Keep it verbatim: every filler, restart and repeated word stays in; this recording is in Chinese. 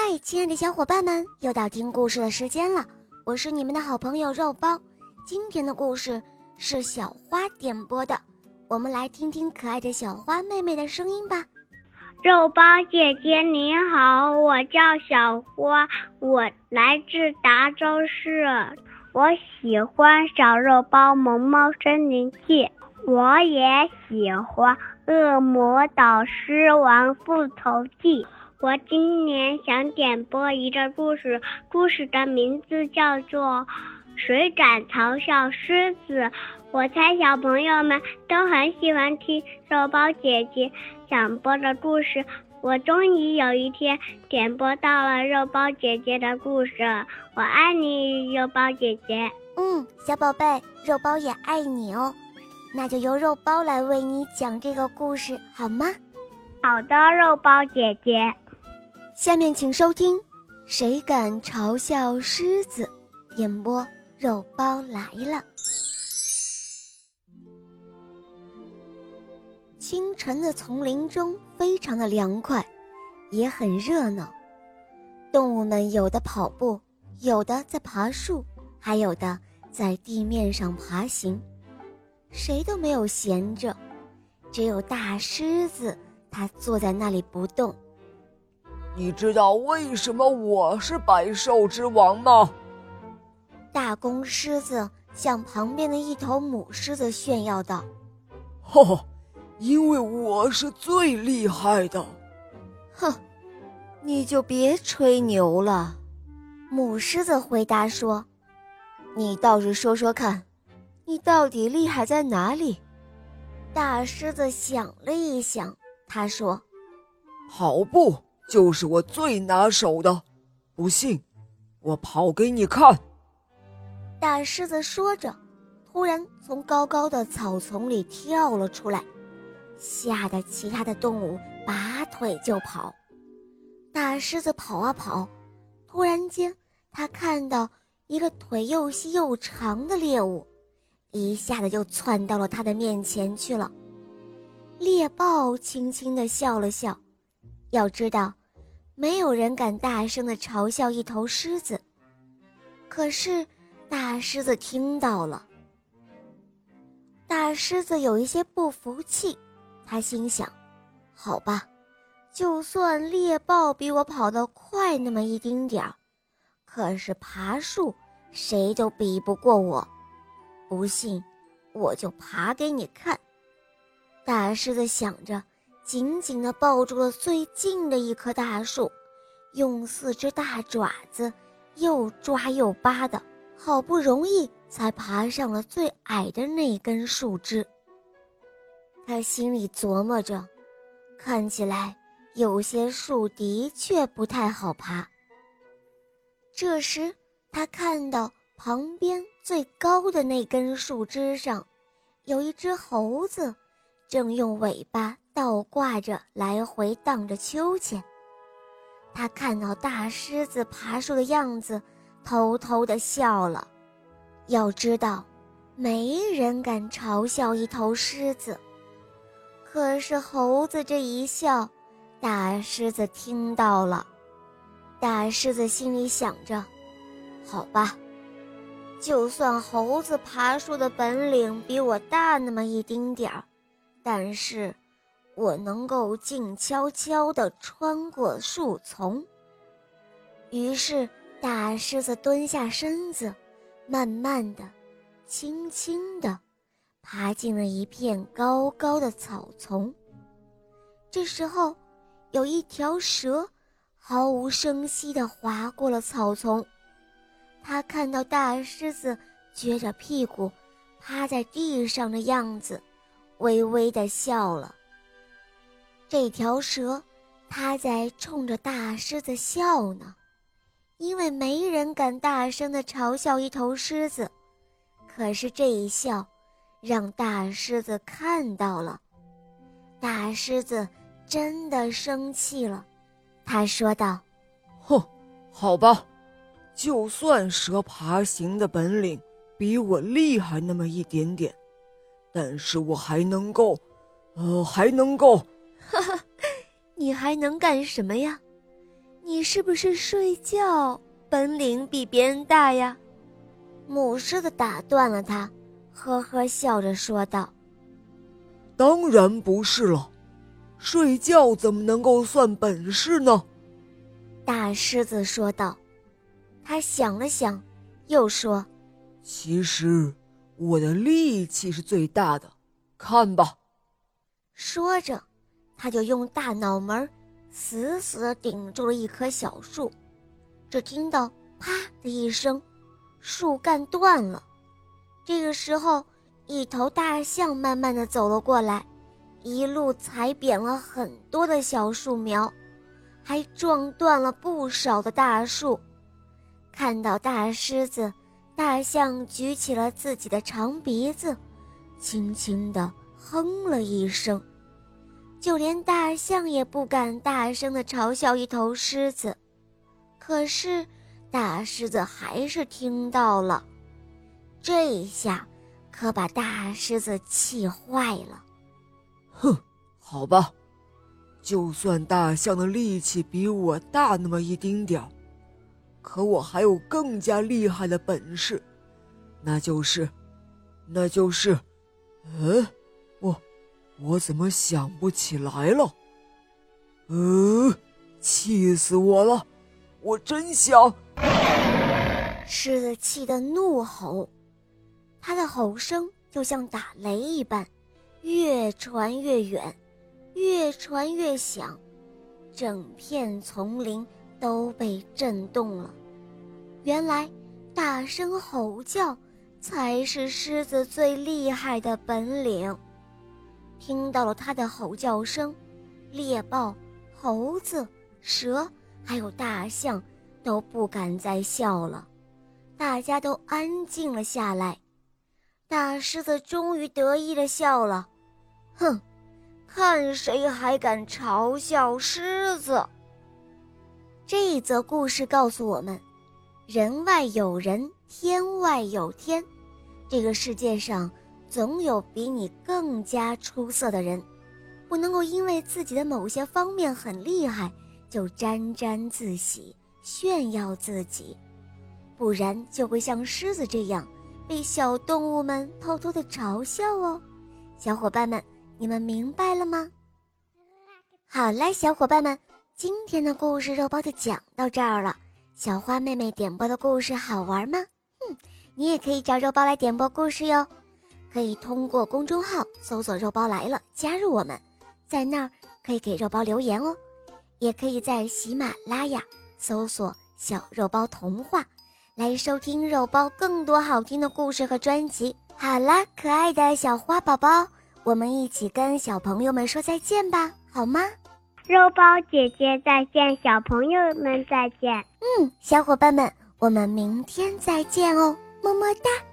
嗨，亲爱的小伙伴们，又到听故事的时间了，我是你们的好朋友肉包。今天的故事是小花点播的，我们来听听可爱的小花妹妹的声音吧。 肉包姐姐您好，我叫小花，我来自达州市，我喜欢小肉包萌猫森林记，我也喜欢恶魔导师王复仇记。我今年想点播一个故事，故事的名字叫做水斩嘲笑狮子。我猜小朋友们都很喜欢听肉包姐姐讲播的故事，我终于有一天点播到了肉包姐姐的故事，我爱你，肉包姐姐。 嗯，小宝贝，肉包也爱你哦。那就由肉包来为你讲这个故事好吗？ 好的，肉包姐姐。 下面请收听《谁敢嘲笑狮子》，演播肉包来了。清晨的丛林中非常的凉快，也很热闹。动物们有的跑步，有的在爬树，还有的在地面上爬行，谁都没有闲着。只有大狮子，它坐在那里不动。 你知道为什么我是百兽之王吗？ 大公狮子向旁边的一头母狮子炫耀道： 呵呵，因为我是最厉害的。 哼，你就别吹牛了。母狮子回答说：你倒是说说看，你到底厉害在哪里？大狮子想了一想，他说： 跑步就是我最拿手的，不信我跑给你看。 大狮子说着，突然从高高的草丛里跳了出来，吓得其他的动物拔腿就跑。大狮子跑啊跑，突然间他看到一个腿又细又长的猎物，一下子就窜到了他的面前去了。猎豹轻轻地笑了笑，要知道没有人敢大声地嘲笑一头狮子。可是大狮子听到了。大狮子有一些不服气，他心想，好吧，就算猎豹比我跑得快那么一丁点儿，可是爬树谁都比不过我，不信我就爬给你看。大狮子想着，紧紧地抱住了最近的一棵大树，用四只大爪子又抓又扒的，好不容易才爬上了最矮的那根树枝。他心里琢磨着，看起来有些树的确不太好爬。这时他看到旁边最高的那根树枝上有一只猴子，正用尾巴倒挂着来回荡着秋千。他看到大狮子爬树的样子，偷偷地笑了。要知道，没人敢嘲笑一头狮子。可是猴子这一笑，大狮子听到了。大狮子心里想着，好吧，就算猴子爬树的本领比我大那么一丁点儿，但是我能够静悄悄地穿过树丛。于是大狮子蹲下身子，慢慢的轻轻地爬进了一片高高的草丛。这时候有一条蛇毫无声息地划过了草丛，他看到大狮子撅着屁股趴在地上的样子，微微地笑了。这条蛇它在冲着大狮子笑呢，因为没人敢大声地嘲笑一头狮子。可是这一笑让大狮子看到了，大狮子真的生气了。他说道： 哼，好吧，就算蛇爬行的本领比我厉害那么一点点，但是我还能够呃，还能够哈哈，你还能干什么呀？ 你是不是睡觉本领比别人大呀？母狮子打断了他，呵呵笑着说道： 当然不是了，睡觉怎么能够算本事呢？ 大狮子说道。他想了想，又说： 其实我的力气是最大的，看吧。 说着，他就用大脑门死死地顶住了一棵小树，只听到啪的一声，树干断了。这个时候，一头大象慢慢地走了过来，一路踩扁了很多的小树苗，还撞断了不少的大树。看到大狮子，大象举起了自己的长鼻子，轻轻地哼了一声。就连大象也不敢大声地嘲笑一头狮子，可是大狮子还是听到了，这一下可把大狮子气坏了。 哼，好吧，就算大象的力气比我大那么一丁点儿，可我还有更加厉害的本事，那就是那就是嗯我我怎么想不起来了？呃，气死我了！我真想…… 狮子气得怒吼，它的吼声就像打雷一般，越传越远，越传越响，整片丛林都被震动了。原来，大声吼叫才是狮子最厉害的本领。听到了它的吼叫声，猎豹、猴子、蛇还有大象都不敢再笑了，大家都安静了下来。大狮子终于得意地笑了，哼，看谁还敢嘲笑狮子。这一则故事告诉我们，人外有人，天外有天，这个世界上总有比你更加出色的人，不能够因为自己的某些方面很厉害就沾沾自喜，炫耀自己，不然就会像狮子这样被小动物们偷偷的嘲笑哦。小伙伴们，你们明白了吗？好了，小伙伴们，今天的故事肉包就讲到这儿了。小花妹妹点播的故事好玩吗？嗯，你也可以找肉包来点播故事哟。可以通过公众号搜索肉包来了加入我们，在那儿可以给肉包留言哦。也可以在喜马拉雅搜索小肉包童话来收听肉包更多好听的故事和专辑。好啦，可爱的小花宝宝，我们一起跟小朋友们说再见吧，好吗？ 肉包姐姐再见，小朋友们再见。 嗯，小伙伴们，我们明天再见哦，么么哒。